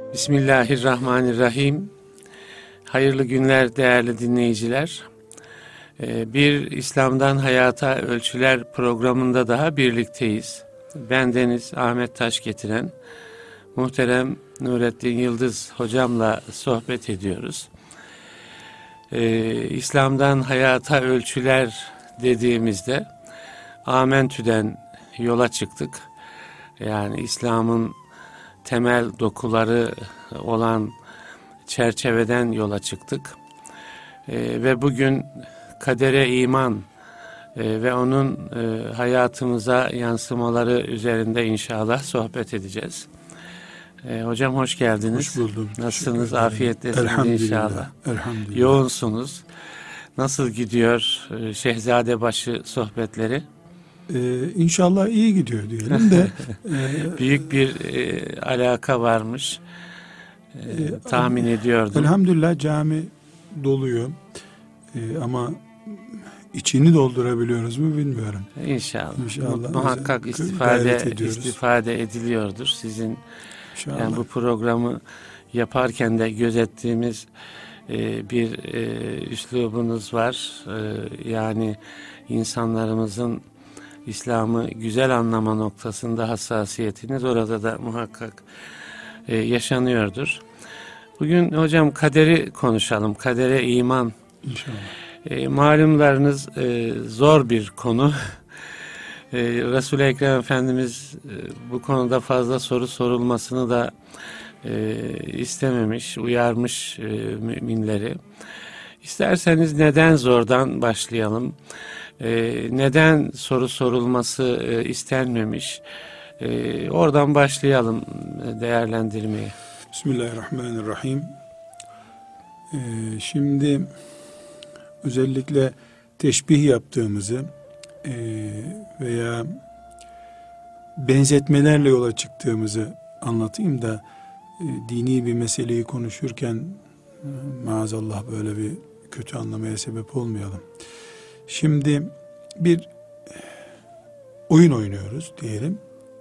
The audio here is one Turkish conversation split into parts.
Bismillahirrahmanirrahim. Hayırlı günler değerli dinleyiciler. Bir İslam'dan Hayata Ölçüler programında daha birlikteyiz. Bendeniz Ahmet Taş getiren muhterem Nurettin Yıldız hocamla sohbet ediyoruz. İslam'dan Hayata Ölçüler dediğimizde Amentü'den yola çıktık. Yani İslam'ın temel dokuları olan çerçeveden yola çıktık. Ve bugün kadere iman ve onun hayatımıza yansımaları üzerinde inşallah sohbet edeceğiz. Hocam hoş geldiniz. Hoş buldum. Nasılsınız? Afiyettesiniz inşallah. Elhamdülillah. Yoğunsunuz. Nasıl gidiyor Şehzadebaşı sohbetleri? İnşallah iyi gidiyor diyelim de. Büyük bir alaka varmış. Tahmin ediyordum. Elhamdülillah cami doluyor. Ama içini doldurabiliyoruz mu bilmiyorum. İnşallah. Muhakkak istifade ediliyordur. Sizin yani bu programı yaparken de gözettiğimiz bir üslubunuz var. Yani insanlarımızın İslam'ı güzel anlama noktasında hassasiyetiniz orada da muhakkak yaşanıyordur. Bugün hocam kaderi konuşalım. Kadere iman. İnşallah. Malumlarınız zor bir konu. Resul-i Ekrem Efendimiz bu konuda fazla soru sorulmasını da istememiş, uyarmış müminleri. İsterseniz neden zordan başlayalım? Neden soru sorulması istenmemiş? Oradan başlayalım değerlendirmeye. Bismillahirrahmanirrahim. Şimdi özellikle teşbih yaptığımızı veya benzetmelerle yola çıktığımızı anlatayım da dini bir meseleyi konuşurken maazallah böyle bir kötü anlamaya sebep olmayalım. Şimdi bir oyun oynuyoruz diyelim.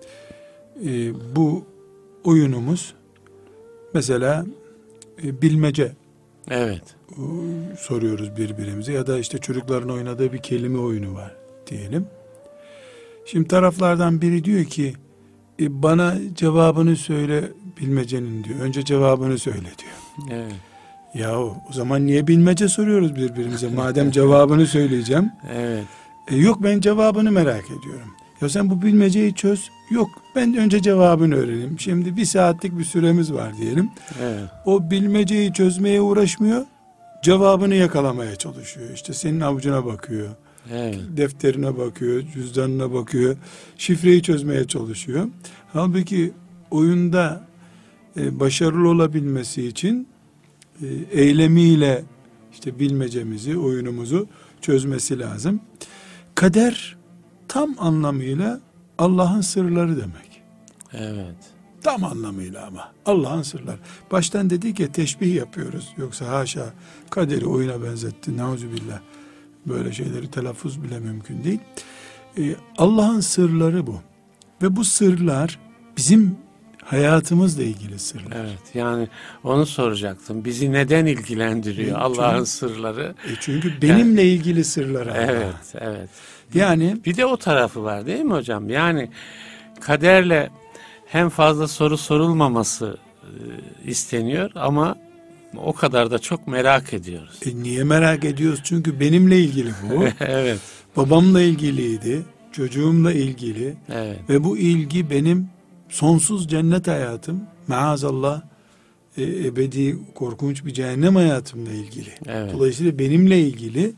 Bu oyunumuz mesela bilmece. Evet. Soruyoruz birbirimize ya da işte çocukların oynadığı bir kelime oyunu var diyelim. Şimdi taraflardan biri diyor ki bana cevabını söyle bilmecenin diyor. Önce cevabını söyle diyor. Evet. Yahu o zaman niye bilmece soruyoruz birbirimize? Madem cevabını söyleyeceğim. Evet. Yok ben cevabını merak ediyorum. Ya sen bu bilmeceyi çöz. Yok ben önce cevabını öğreneyim. Şimdi 1 saatlik bir süremiz var diyelim. Evet. O bilmeceyi çözmeye uğraşmıyor. Cevabını yakalamaya çalışıyor. İşte senin avucuna bakıyor. Evet. Defterine bakıyor. Cüzdanına bakıyor. Şifreyi çözmeye çalışıyor. Halbuki oyunda başarılı olabilmesi için eylemiyle işte bilmecemizi, oyunumuzu çözmesi lazım. Kader tam anlamıyla Allah'ın sırları demek. Evet. Tam anlamıyla ama Allah'ın sırları. Baştan dedik ya teşbih yapıyoruz. Yoksa haşa kaderi oyuna benzetti. Nauzubillah. Böyle şeyleri telaffuz bile mümkün değil. Allah'ın sırları bu. Ve bu sırlar bizim hayatımızla ilgili sırlar. Evet. Yani onu soracaktım. Bizi neden ilgilendiriyor Allah'ın sırları? Çünkü benimle ilgili sırları. Evet, evet. Yani bir de o tarafı var değil mi hocam? Yani kaderle hem fazla soru sorulmaması isteniyor ama o kadar da çok merak ediyoruz. Niye merak ediyoruz? Çünkü benimle ilgili bu. Evet. Babamla ilgiliydi, çocuğumla ilgili. Evet. Ve bu ilgi benim sonsuz cennet hayatım, maazallah ebedi korkunç bir cehennem hayatımla ilgili. Evet. Dolayısıyla benimle ilgili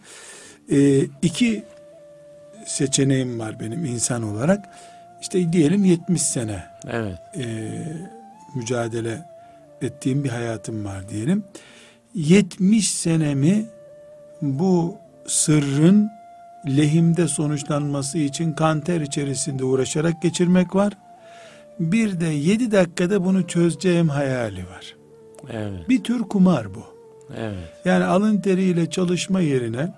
2 seçeneğim var benim insan olarak. İşte diyelim 70 sene Evet. Mücadele ettiğim bir hayatım var diyelim. 70 senemi bu sırrın lehimde sonuçlanması için kan ter içerisinde uğraşarak geçirmek var. Bir de 7 dakikada bunu çözeceğim hayali var. Evet. Bir tür kumar bu. Evet. Yani alın teriyle çalışma yerine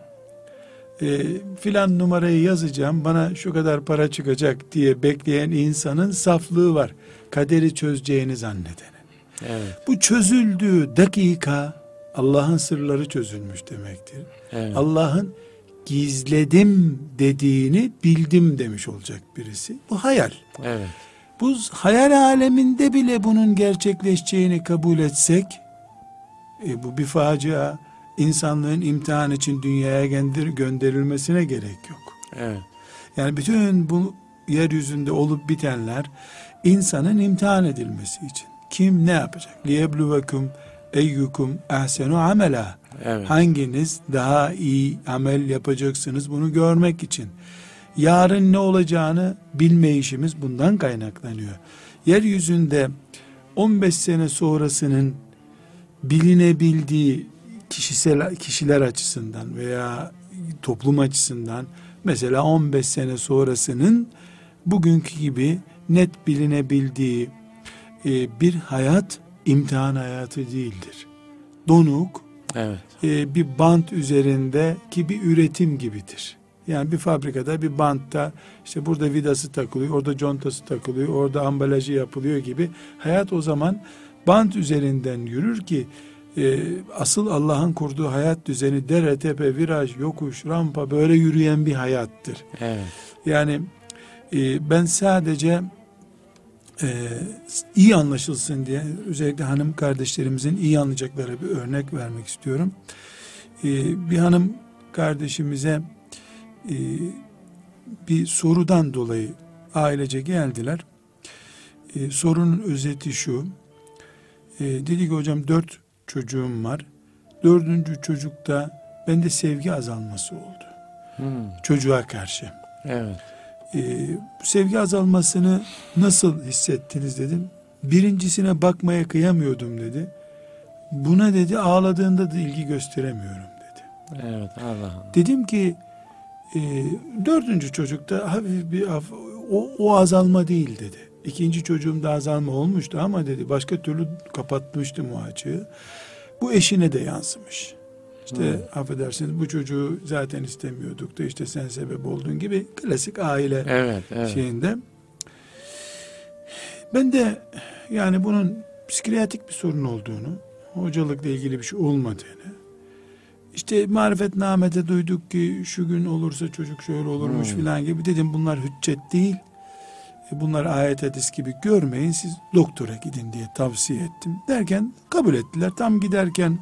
filan numarayı yazacağım, bana şu kadar para çıkacak diye bekleyen insanın saflığı var. Kaderi çözeceğini zannedenin. Evet. Bu çözüldüğü dakika Allah'ın sırları çözülmüş demektir. Evet. Allah'ın gizledim dediğini bildim demiş olacak birisi. Bu hayal. Evet. Bu hayal aleminde bile bunun gerçekleşeceğini kabul etsek, bu bir facia. İnsanlığın imtihan için dünyaya gönderilmesine gerek yok. Evet. Yani bütün bu yeryüzünde olup bitenler insanın imtihan edilmesi için. Kim ne yapacak? لِيَبْلُوَكُمْ eyyukum ahsenu amela. Evet. Hanginiz daha iyi amel yapacaksınız bunu görmek için. Yarın ne olacağını bilmeyişimiz bundan kaynaklanıyor. Yeryüzünde 15 sene sonrasının bilinebildiği kişiler açısından veya toplum açısından, mesela 15 sene sonrasının bugünkü gibi net bilinebildiği bir hayat imtihan hayatı değildir. Donuk, Evet. bir bant üzerindeki bir üretim gibidir. Yani bir fabrikada bir bantta işte burada vidası takılıyor, orada contası takılıyor, orada ambalajı yapılıyor gibi. Hayat o zaman bant üzerinden yürür ki asıl Allah'ın kurduğu hayat düzeni dere, tepe, viraj, yokuş, rampa böyle yürüyen bir hayattır. Evet. Yani ben sadece iyi anlaşılsın diye özellikle hanım kardeşlerimizin iyi anlayacakları bir örnek vermek istiyorum. Bir hanım kardeşimize bir sorudan dolayı ailece geldiler. Sorunun özeti şu. Dedi ki hocam 4 çocuğum var. 4. çocukta bende sevgi azalması oldu. Çocuğa karşı. Evet. Sevgi azalmasını nasıl hissettiniz dedim. Birincisine bakmaya kıyamıyordum dedi. Buna dedi ağladığında da ilgi gösteremiyorum dedi. Evet. Allah'ım. Dedim ki 4. çocukta hafif bir o azalma değil dedi. 2. çocuğumda azalma olmuştu ama dedi başka türlü kapatmıştım o açığı. Bu eşine de yansımış. İşte affedersiniz bu çocuğu zaten istemiyorduk da işte sen sebep oldun gibi klasik aile şeyinde. Ben de yani bunun psikiyatrik bir sorun olduğunu, hocalıkla ilgili bir şey olmadığını, işte marifetnamede duyduk ki şu gün olursa çocuk şöyle olurmuş filan gibi dedim, bunlar hüccet değil. Bunlar ayet hadis gibi görmeyin, siz doktora gidin diye tavsiye ettim. Derken kabul ettiler. Tam giderken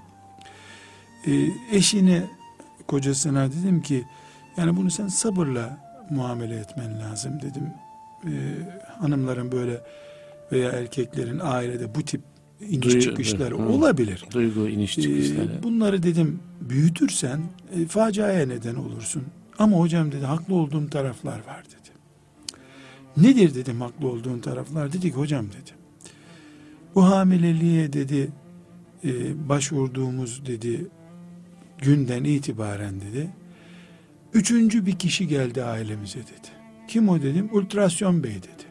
eşine, kocasına dedim ki yani bunu sen sabırla muamele etmen lazım dedim. Hanımların böyle veya erkeklerin ailede bu tip iniş çıkışları olabilir. Duygu iniş çıkışları. Bunları dedim büyütürsen faciaya neden olursun. Ama hocam dedi haklı olduğum taraflar var dedi. Nedir dedim haklı olduğun taraflar? Dedi ki hocam dedi bu hamileliğe dedi başvurduğumuz dedi günden itibaren dedi 3. bir kişi geldi ailemize dedi. Kim o dedim? Ultrasyon bey dedi.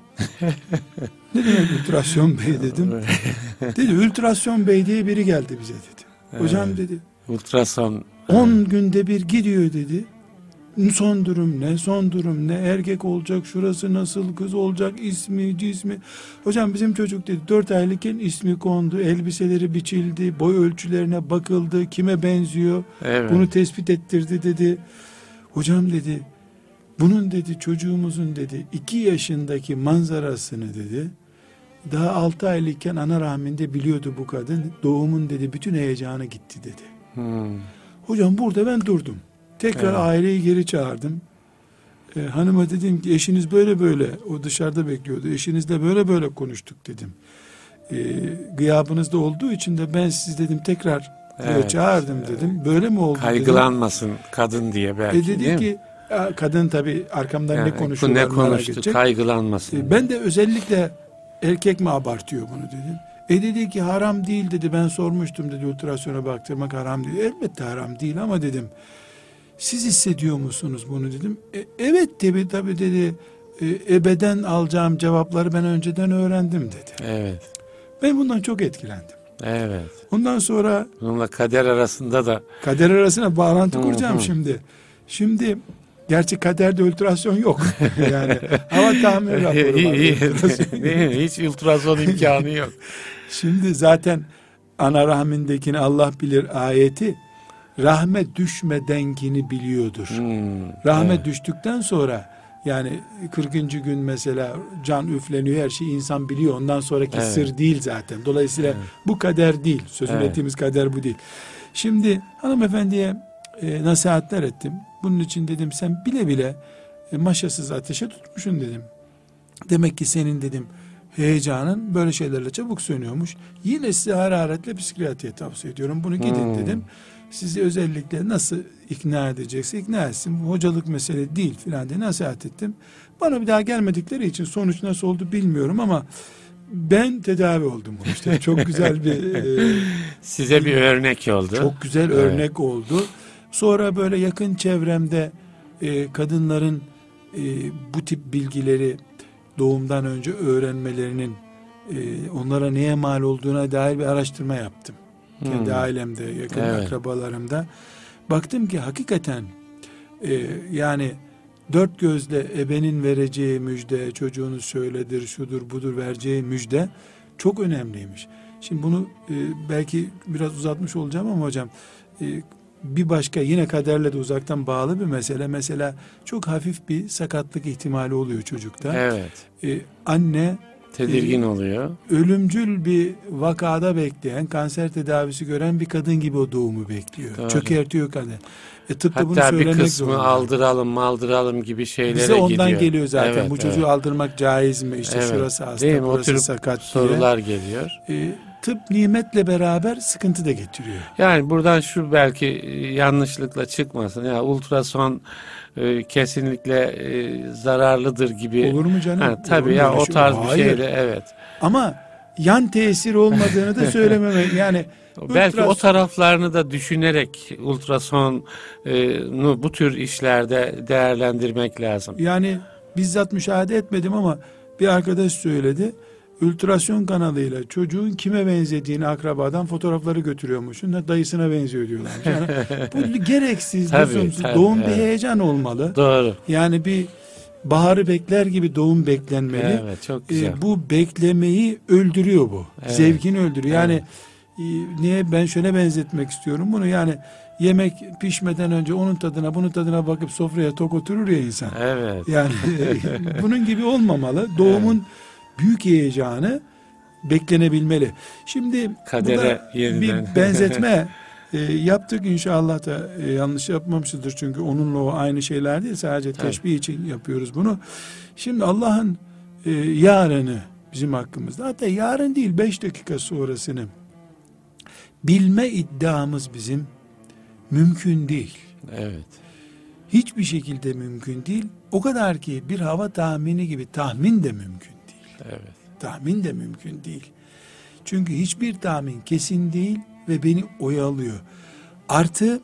Ne demek ultrasyon bey dedim. Dedi ultrasyon bey diye biri geldi bize dedi. Hocam dedi. Ultrason. 10 günde bir gidiyor dedi. Son durum ne? Son durum ne? Erkek olacak, şurası nasıl, kız olacak, ismi, cismi. Hocam bizim çocuk dedi 4 aylıkken ismi kondu, elbiseleri biçildi, boy ölçülerine bakıldı, kime benziyor, bunu tespit ettirdi dedi. Hocam dedi, bunun dedi çocuğumuzun dedi 2 yaşındaki manzarasını dedi, daha 6 aylıkken ana rahminde biliyordu bu kadın, doğumun dedi bütün heyecanı gitti dedi. Hocam burada ben durdum. Tekrar aileyi geri çağırdım. Hanıma dedim ki eşiniz böyle böyle, o dışarıda bekliyordu. Eşinizle böyle böyle konuştuk dedim. Gıyabınızda olduğu için de ben sizi dedim tekrar çağırdım dedim. Böyle mi oldu kaygılanmasın dedim. Kadın diye belki. Dedi ki kadın tabii arkamdan ne konuşuyorlar. Ne konuştu, kaygılanmasın. Ben de özellikle erkek mi abartıyor bunu dedim. Dedi ki haram değil dedi, ben sormuştum dedi, ultrasyona baktırmak haram değil. Elbette haram değil ama dedim, siz hissediyor musunuz bunu dedim. Evet tabii dedi, ebeden alacağım cevapları ben önceden öğrendim dedi. Evet. Ben bundan çok etkilendim. Evet. Ondan sonra bununla kader arasında da kader arasına bağlantı kuracağım şimdi. Şimdi Gerçi kaderde ultrason yok. Yani hava tahmin raporu var. İyi, değil mi? Hiç ultrason imkanı yok. Şimdi zaten ana rahmindekini Allah bilir ayeti rahme düşmedenkini biliyordur. Rahme evet. düştükten sonra yani 40. gün mesela can üfleniyor, her şey insan biliyor. Ondan sonraki Evet. sır değil zaten. Dolayısıyla bu kader değil. Sözünü Evet. ettiğimiz kader bu değil. Şimdi hanımefendiye nasihatler ettim. Bunun için dedim sen bile bile maşasız ateşe tutmuşsun dedim. Demek ki senin dedim heyecanın böyle şeylerle çabuk sönüyormuş. Yine size hararetle psikiyatriye tavsiye ediyorum. Bunu gidin dedim. Sizi özellikle nasıl ikna edecekse ikna etsin. Bu hocalık mesele değil filan diye nasihat ettim. Bana bir daha gelmedikleri için sonuç nasıl oldu bilmiyorum ama ben tedavi oldum. İşte çok güzel bir size bir örnek oldu. çok güzel örnek oldu. Sonra böyle yakın çevremde kadınların bu tip bilgileri doğumdan önce öğrenmelerinin onlara neye mal olduğuna dair bir araştırma yaptım. Kendi ailemde, yakın akrabalarımda. Baktım ki hakikaten yani dört gözle ebenin vereceği müjde, çocuğunuz şöyledir, şudur, budur vereceği müjde çok önemliymiş. Şimdi bunu belki biraz uzatmış olacağım ama hocam bir başka yine kaderle de uzaktan bağlı bir mesele. Mesela çok hafif bir sakatlık ihtimali oluyor çocukta. Evet. Anne Tedirgin oluyor. Ölümcül bir vakada bekleyen, kanser tedavisi gören bir kadın gibi o doğumu bekliyor. Doğru. Çökertiyor kadın. Tıpta bunu Hatta bir söylemek kısmı zorunda. aldıralım gibi şeylere Bize ondan gidiyor. geliyor zaten. Evet, Bu çocuğu aldırmak caiz mi? İşte evet. şurası hasta, Değil mi? O burası tür sakat sorular geliyor. Tıp nimetle beraber sıkıntı da getiriyor. Yani buradan şu belki yanlışlıkla çıkmasın. Ya ultrason kesinlikle zararlıdır gibi. Olur mu canım? Ha, tabii Olur mu ya öyle o şey? tarz bir Hayır. şeyle evet. Ama yan tesir olmadığını da söylememek. Yani belki o taraflarını da düşünerek ultrasonu bu tür işlerde değerlendirmek lazım. Yani bizzat müşahede etmedim ama bir arkadaş söyledi. Ultrason kanalıyla çocuğun kime benzediğini akrabadan fotoğrafları götürüyormuşsun. Dayısına benziyor diyorlar. Yani bu gereksiz, lüzumsuz. Doğum bir heyecan olmalı. Doğru. Yani bir baharı bekler gibi doğum beklenmeli. Evet, çok güzel. Bu beklemeyi öldürüyor bu. Evet. Zevkini öldürüyor. Yani niye ben şöyle benzetmek istiyorum bunu, yani yemek pişmeden önce onun tadına bunun tadına bakıp sofraya tok oturur ya insan. Evet. Yani bunun gibi olmamalı. Doğumun büyük heyecanı beklenebilmeli. Şimdi kadere bir benzetme yaptık, inşallah da yanlış yapmamışızdır. Çünkü onunla o aynı şeyler değil. Sadece teşbih için yapıyoruz bunu. Şimdi Allah'ın yarını bizim hakkımızda, hatta yarın değil 5 dakika sonrasını bilme iddiamız bizim mümkün değil. Evet. Hiçbir şekilde mümkün değil. O kadar ki bir hava tahmini gibi tahmin de mümkün değil. Evet. Tahmin de mümkün değil. Çünkü hiçbir tahmin kesin değil ve beni oyalıyor. Artı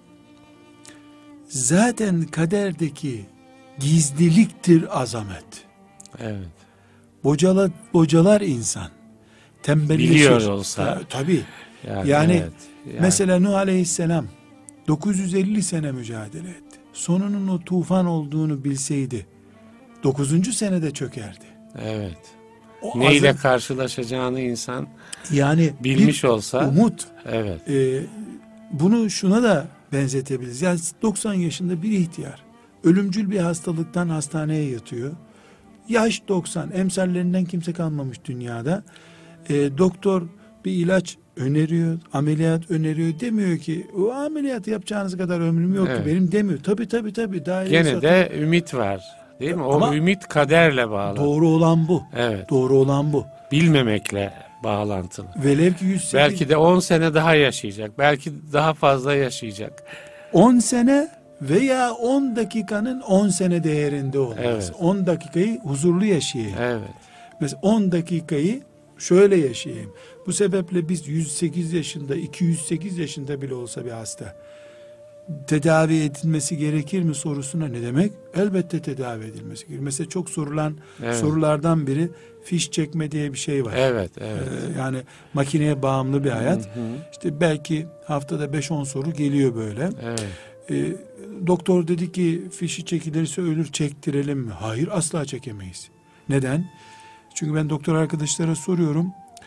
zaten kaderdeki gizliliktir azamet. Evet. Bocalar insan. Tembelleşir. Biliyor olsa. Tabii. Yani evet. Mesela Nuh Aleyhisselam 950 sene mücadele etti. Sonunun o tufan olduğunu bilseydi 9. senede çökerdi. Evet. Neyle karşılaşacağını insan yani bilmiş olsa. Umut. Evet. Bunu şuna da benzetebiliriz. Yani 90 yaşında bir ihtiyar ölümcül bir hastalıktan hastaneye yatıyor. Yaş 90. Emsallerinden kimse kalmamış dünyada. Doktor bir ilaç öneriyor, ameliyat öneriyor, demiyor ki o ameliyatı yapacağınız kadar ömrüm yok ki benim, demiyor. Tabii. Gene de ümit var. Değil mi? O ümit kaderle bağlı. Doğru olan bu. Evet. Doğru olan bu. Bilmemekle bağlantılı. Velev ki 108. Belki de 10 sene daha yaşayacak. Belki daha fazla yaşayacak. 10 sene veya 10 dakikanın 10 sene değerinde olmaz. Evet. 10 dakikayı huzurlu yaşayayım. Evet. Mesela 10 dakikayı şöyle yaşayayım. Bu sebeple biz 108 yaşında, 208 yaşında bile olsa bir hasta tedavi edilmesi gerekir mi sorusuna ne demek? Elbette tedavi edilmesi gerekir. Mesela çok sorulan sorulardan biri fiş çekme diye bir şey var. Evet. Yani makineye bağımlı bir hayat. İşte belki haftada 5-10 soru geliyor böyle. Evet. Doktor dedi ki fişi çekilirse ölür, çektirelim mi? Hayır, asla çekemeyiz. Neden? Çünkü ben doktor arkadaşlara soruyorum.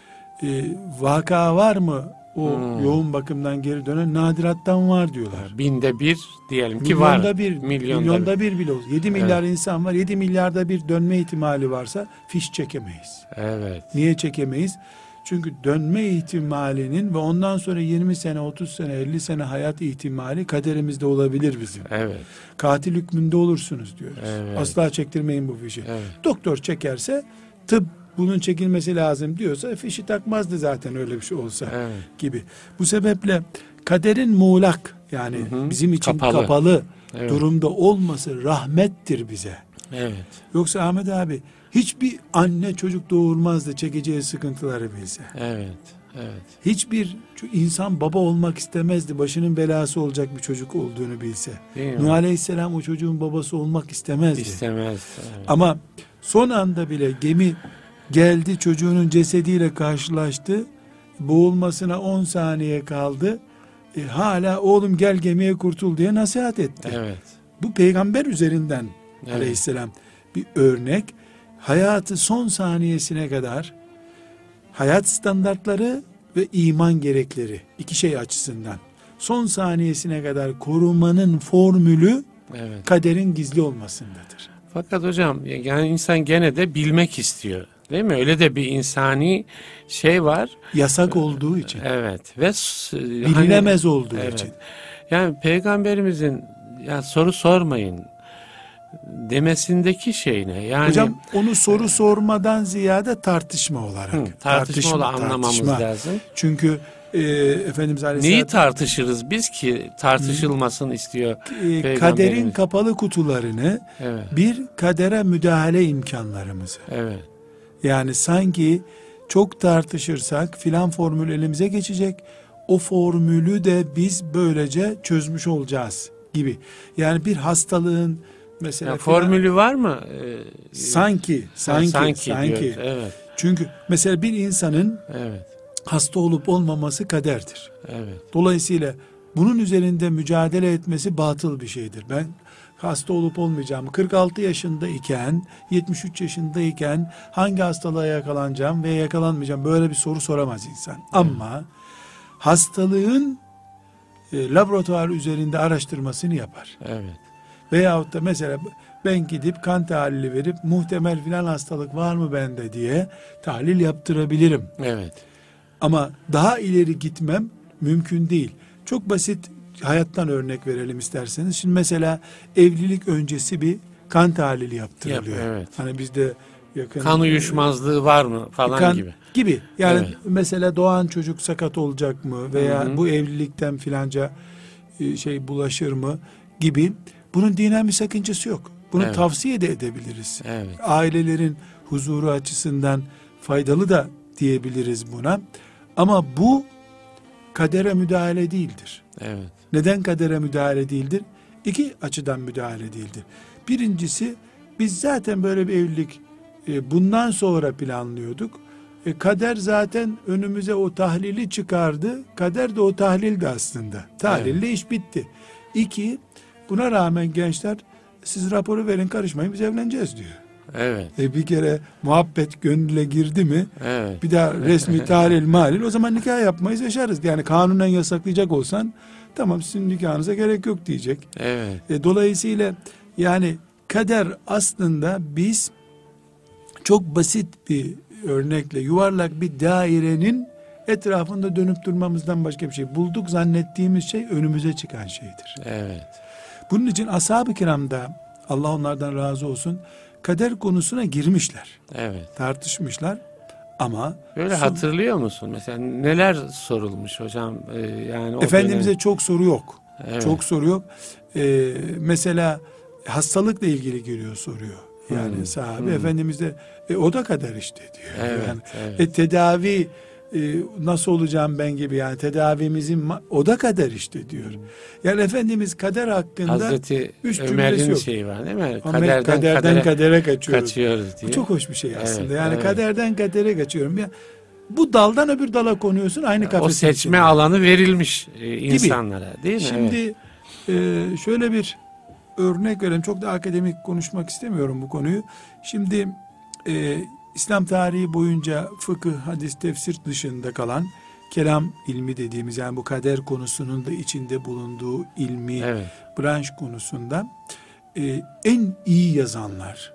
Vaka var mı? O yoğun bakımdan geri dönen nadirattan var diyorlar. Binde bir diyelim ki var. Milyonda bir bile olsun. 7 milyar insan var. 7 milyarda bir dönme ihtimali varsa fiş çekemeyiz. Evet. Niye çekemeyiz? Çünkü dönme ihtimalinin ve ondan sonra 20 sene, 30 sene, 50 sene hayat ihtimali kaderimizde olabilir bizim. Evet. Katil hükmünde olursunuz diyoruz. Evet. Asla çektirmeyin bu fişi. Evet. Doktor çekerse, tıp bunun çekilmesi lazım diyorsa fişi takmazdı zaten öyle bir şey olsa gibi. Bu sebeple kaderin muğlak, yani bizim için kapalı durumda olması rahmettir bize. Evet. Yoksa Ahmet abi, hiçbir anne çocuk doğurmazdı çekeceği sıkıntıları bilse. Evet. Evet. Hiçbir insan baba olmak istemezdi başının belası olacak bir çocuk olduğunu bilse. Nuh Aleyhisselam o çocuğun babası olmak istemezdi. İstemez. Evet. Ama son anda bile gemi geldi, çocuğunun cesediyle karşılaştı. Boğulmasına 10 saniye kaldı. Hala oğlum gel gemiye kurtul diye nasihat etti. Evet. Bu peygamber üzerinden aleyhisselam bir örnek. Hayatı son saniyesine kadar hayat standartları ve iman gerekleri, iki şey açısından son saniyesine kadar korumanın formülü kaderin gizli olmasındadır. Fakat hocam, yani insan gene de bilmek istiyor. Değil mi? Öyle de bir insani şey var. Yasak olduğu için. Evet. Ve bilinemez olduğu için. Yani peygamberimizin ya soru sormayın demesindeki şey ne? Yani hocam onu soru sormadan ziyade tartışma olarak. Tartışma anlamamız lazım. Çünkü Efendimiz Aleyhisselam neyi tartışırız biz ki tartışılmasını istiyor kaderin kapalı kutularını, bir kadere müdahale imkanlarımızı. Evet. Yani sanki çok tartışırsak filan formül elimize geçecek. O formülü de biz böylece çözmüş olacağız gibi. Yani bir hastalığın mesela ya formülü var mı? Sanki. Diyoruz, evet. Çünkü mesela bir insanın hasta olup olmaması kaderdir. Evet. Dolayısıyla bunun üzerinde mücadele etmesi batıl bir şeydir. Ben hasta olup olmayacağım, 46 yaşındayken, 73 yaşındayken hangi hastalığa yakalanacağım veya yakalanmayacağım, böyle bir soru soramaz insan. Ama hastalığın laboratuvar üzerinde araştırmasını yapar. Evet. Veyahut da mesela ben gidip kan tahlili verip muhtemel filan hastalık var mı bende diye tahlil yaptırabilirim. Evet. Ama daha ileri gitmem mümkün değil. Çok basit hayattan örnek verelim isterseniz. Şimdi mesela evlilik öncesi bir kan tahlili yaptırılıyor. Evet. Hani bizde yakın kan uyuşmazlığı var mı falan gibi. Yani mesela doğan çocuk sakat olacak mı veya bu evlilikten filanca şey bulaşır mı gibi. Bunun dinen bir sakıncası yok. Bunu tavsiye de edebiliriz. Evet. Ailelerin huzuru açısından faydalı da diyebiliriz buna. Ama bu kadere müdahale değildir. Evet. Neden kadere müdahale değildir? İki açıdan müdahale değildir. Birincisi, biz zaten böyle bir evlilik bundan sonra planlıyorduk. Kader zaten önümüze o tahlili çıkardı. Kader de o tahlildi aslında. Tahlille iş bitti. İki, buna rağmen gençler siz raporu verin, karışmayın, biz evleneceğiz diyor. Evet. Bir kere muhabbet gönüle girdi mi bir daha resmi tahlil malil, o zaman nikah yapmayız, yaşarız. Yani kanunen yasaklayacak olsan tamam, sizin nikahınıza gerek yok diyecek. Evet. Dolayısıyla yani kader aslında, biz çok basit bir örnekle, yuvarlak bir dairenin etrafında dönüp durmamızdan başka bir şey. Bulduk zannettiğimiz şey önümüze çıkan şeydir. Evet. Bunun için ashab-ı kiramda, Allah onlardan razı olsun, kader konusuna girmişler. Evet. Tartışmışlar ama böyle hatırlıyor musun? Mesela neler sorulmuş hocam? Yani Efendimiz'e çok soru yok. Evet. Çok soru yok. Mesela hastalıkla ilgili geliyor, soruyor. Yani sahabe Efendimiz de o da kader işte diyor. Evet, yani, tedavi nasıl olacağım ben gibi, yani tedavimizin o da kader işte diyor. Yani Efendimiz kader hakkında Hazreti Ömer'in şeyi var değil mi? Kaderden kadere kaçıyoruz diye. Bu çok hoş bir şey aslında. Yani kaderden kadere kaçıyorum. Ya, bu daldan öbür dala konuyorsun, aynı kafesin o seçme alanı verilmiş insanlara değil mi? Şimdi Şöyle bir örnek verelim. Çok da akademik konuşmak istemiyorum bu konuyu. Şimdi İslam tarihi boyunca fıkıh, hadis, tefsir dışında kalan kelam ilmi dediğimiz, yani bu kader konusunun da içinde bulunduğu ilmi branş konusunda en iyi yazanlar,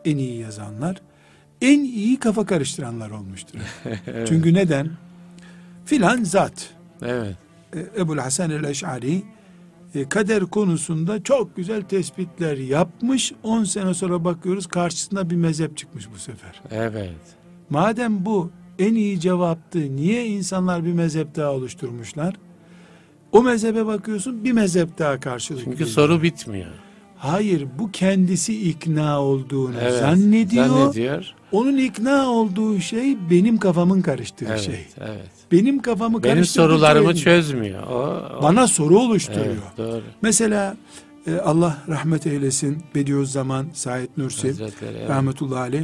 en iyi kafa karıştıranlar olmuştur. Evet. Çünkü neden? Filan zat. Evet. Ebu'l-Hasan el-Eş'ari kader konusunda çok güzel tespitler yapmış. 10 sene sonra bakıyoruz karşısında bir mezhep çıkmış bu sefer. Evet. Madem bu en iyi cevaptı, niye insanlar bir mezhep daha oluşturmuşlar? O mezhebe bakıyorsun, bir mezhep daha karşılık Çünkü geliyor. soru bitmiyor. Hayır, bu kendisi ikna olduğunu zannediyor. Onun ikna olduğu şey benim kafamın karıştığı şey. Evet. Benim kafamı benim sorularımı çözmüyor. Bana soru oluşturuyor. Evet, doğru. Mesela Allah rahmet eylesin, Bediüzzaman Said Nursi rahmetullahi aleyh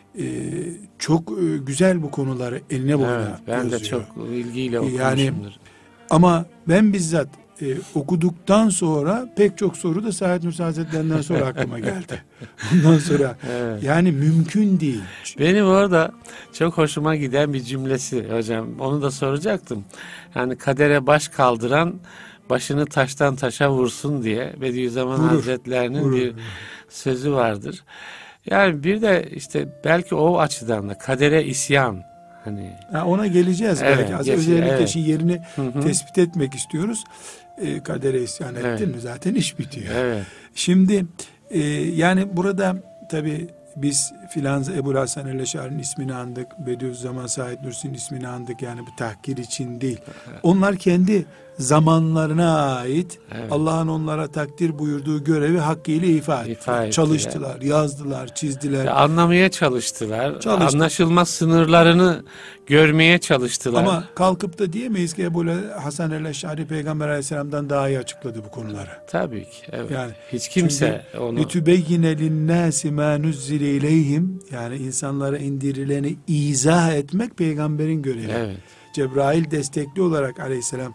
çok güzel bu konuları eline boyuna ben yazıyor. de çok ilgiyle okumuşumdur. Ama ben bizzat okuduktan sonra pek çok soru da Said Nursi Hazretlerinden sonra aklıma geldi. Ondan sonra yani mümkün değil. Benim orada çok hoşuma giden bir cümlesi hocam. Onu da soracaktım. Yani kadere baş kaldıran başını taştan taşa vursun diye Bediüzzaman Hazretlerinin bir sözü vardır. Yani bir de işte belki o açıdan da kadere isyan. Hani ona geleceğiz belki. Özellikle şimdi yerini tespit etmek istiyoruz. Kadere isyan ettin mi zaten iş bitiyor. Evet. Şimdi yani burada tabi biz filan Ebu'l-Hasan el-Eş'ari'nin ismini andık, Bediüzzaman Said Nursi'nin ismini andık, yani bu tahkir için değil. Onlar kendi zamanlarına ait Allah'ın onlara takdir buyurduğu görevi hakkıyla ifa ettiler. Çalıştılar, yazdılar, çizdiler. Anlamaya çalıştılar. Anlaşılmaz sınırlarını görmeye çalıştılar. Ama kalkıp da diyemeyiz ki Ebu'l-Hasan el-Eş'ari Peygamber Aleyhisselam'dan daha iyi açıkladı bu konuları. Tabii ki. Evet. Yani hiç kimse onu لِتُبَيِّنَ لِلنَّاسِ مَا نُزِّلَ اِلَيْهِمْ, yani insanlara indirileni izah etmek peygamberin görevi. Evet. Cebrail destekli olarak aleyhisselam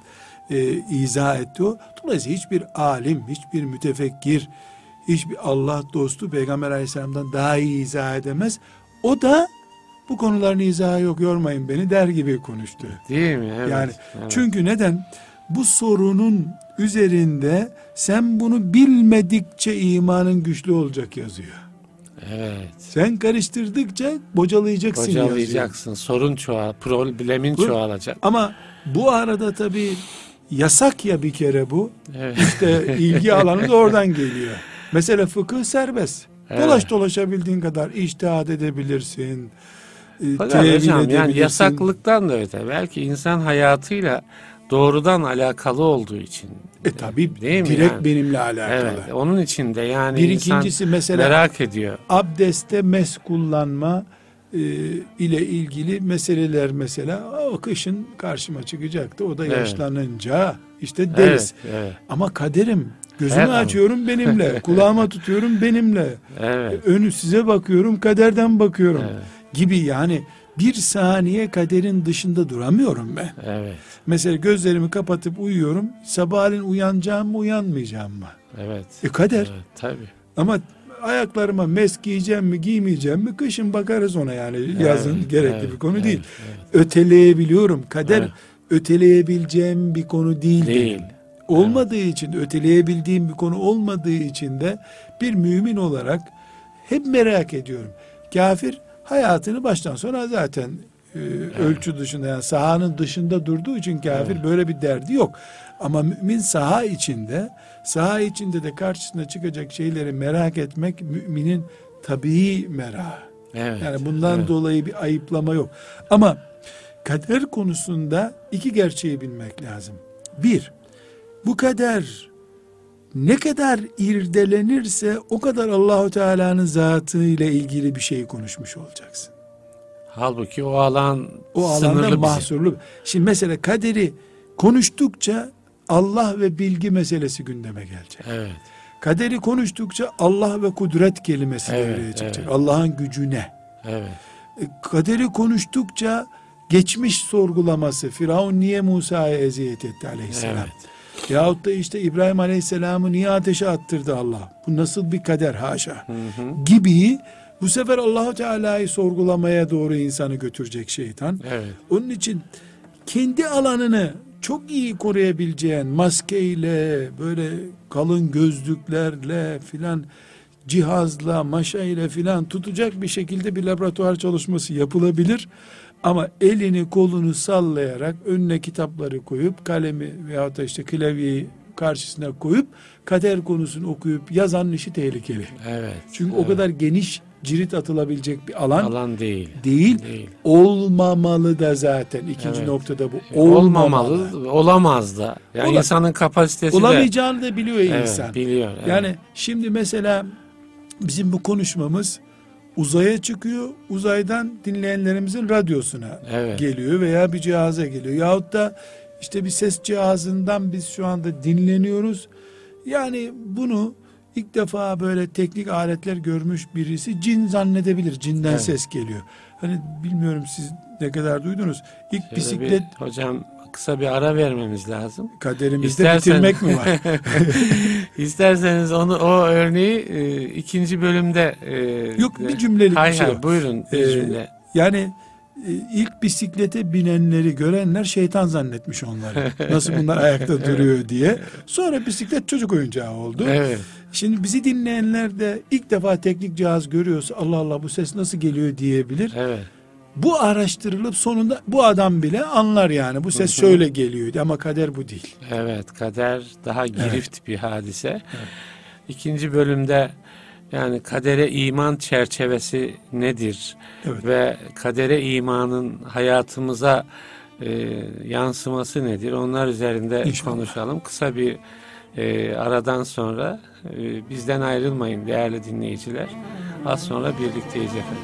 izah etti o. Dolayısıyla hiçbir alim, hiçbir mütefekkir, hiçbir Allah dostu Peygamber Aleyhisselam'dan daha iyi izah edemez. O da bu konuların izahı yok, yormayın beni der gibi konuştu. Değil mi? Evet. Yani çünkü neden? Bu sorunun üzerinde sen bunu bilmedikçe imanın güçlü olacak yazıyor. Evet. Sen karıştırdıkça bocalayacaksın yazıyor. Sorun problemin çoğalacak. Ama bu arada tabii yasak ya bir kere bu. Evet. İşte ilgi alanı da oradan geliyor. Mesela fıkıh serbest. Dolaşabildiğin kadar içtihat edebilirsin. Hocam yani yasaklıktan da öte. Belki insan hayatıyla doğrudan alakalı olduğu için. Tabii değil mi? Direkt yani benimle alakalı. Evet. Onun için de yani bir ikincisi mesela merak ediyor. Abdeste mes kullanma ile ilgili meseleler, mesela kışın karşıma çıkacaktı. O da yaşlanınca işte deriz. Evet. Ama kaderim, gözümü açıyorum benimle, kulağıma tutuyorum benimle. Önü size bakıyorum, kaderden bakıyorum gibi, yani bir saniye kaderin dışında duramıyorum ben. Evet. Mesela gözlerimi kapatıp uyuyorum. Sabahleyin uyanacağım mı, uyanmayacağım mı? Evet. Kader. Evet, tabii. Ama ayaklarıma mes giyeceğim mi, giymeyeceğim mi? Kışın bakarız ona yani. Yazın gerekli bir konu değil. Öteleyebiliyorum. Kader öteleyebileceğim bir konu değil. Olmadığı için, öteleyebildiğim bir konu olmadığı için de bir mümin olarak hep merak ediyorum. Kafir hayatını baştan sona zaten ölçü dışında, yani sahanın dışında durduğu için kafir böyle bir derdi yok. Ama mümin saha içinde de karşısına çıkacak şeyleri merak etmek müminin tabii merakı. Yani bundan dolayı bir ayıplama yok. Ama kader konusunda iki gerçeği bilmek lazım. Bir, bu kader ne kadar irdelenirse o kadar Allahu Teala'nın zatıyla ilgili bir şey konuşmuş olacaksın. Halbuki o alanda sınırlı, mahsurlu. Şimdi mesela kaderi konuştukça Allah ve bilgi meselesi gündeme gelecek. Evet. Kaderi konuştukça Allah ve kudret kelimesi devreye çıkacak. Allah'ın gücüne. Evet. Kaderi konuştukça geçmiş sorgulaması, Firavun niye Musa'ya eziyet etti aleyhisselam. Yahut da işte İbrahim Aleyhisselam'ı niye ateşe attırdı Allah? Bu nasıl bir kader, haşa. Gibi bu sefer Allah-u Teala'yı sorgulamaya doğru insanı götürecek şeytan. Evet. Onun için kendi alanını çok iyi koruyabileceğin maskeyle, böyle kalın gözlüklerle filan, cihazla, maşayla filan tutacak bir şekilde bir laboratuvar çalışması yapılabilir. Ama elini kolunu sallayarak önüne kitapları koyup kalemi veyahut da işte klavyeyi karşısına koyup kader konusunu okuyup yazanın işi tehlikeli. Evet. Çünkü o kadar geniş cirit atılabilecek bir alan değil. Değil. Olmamalı da zaten. İkinci Evet. noktada bu. Olmamalı. Olamaz da. Yani insanın kapasitesi olamayacağını da biliyor evet, insan. biliyor. Evet. Yani şimdi mesela bizim bu konuşmamız uzaya çıkıyor. Uzaydan dinleyenlerimizin radyosuna geliyor veya bir cihaza geliyor. Yahut da işte bir ses cihazından biz şu anda dinleniyoruz. Yani bunu ilk defa böyle teknik aletler görmüş birisi cin zannedebilir. Cinden ses geliyor. Hani bilmiyorum siz ne kadar duydunuz. İlk Şöyle bisiklet... Hocam kısa bir ara vermemiz lazım. Kaderimizde bitirmek mi var? İsterseniz o örneği ikinci bölümde yok bir cümlelik bir şey. Buyurun bir cümle. Yani ilk bisiklete binenleri görenler şeytan zannetmiş onları. Nasıl bunlar ayakta duruyor diye. Sonra bisiklet çocuk oyuncağı oldu. Evet. Şimdi bizi dinleyenler de ilk defa teknik cihaz görüyorsa Allah Allah bu ses nasıl geliyor diyebilir. Evet. Bu araştırılıp sonunda bu adam bile anlar yani. Bu ses şöyle geliyor ama kader bu değil. Evet, kader daha girift bir hadise. Evet. İkinci bölümde yani kadere iman çerçevesi nedir? Evet. Ve kadere imanın hayatımıza yansıması nedir? Onlar üzerinde konuşalım. Kısa bir aradan sonra bizden ayrılmayın değerli dinleyiciler. Az sonra birlikteyiz efendim.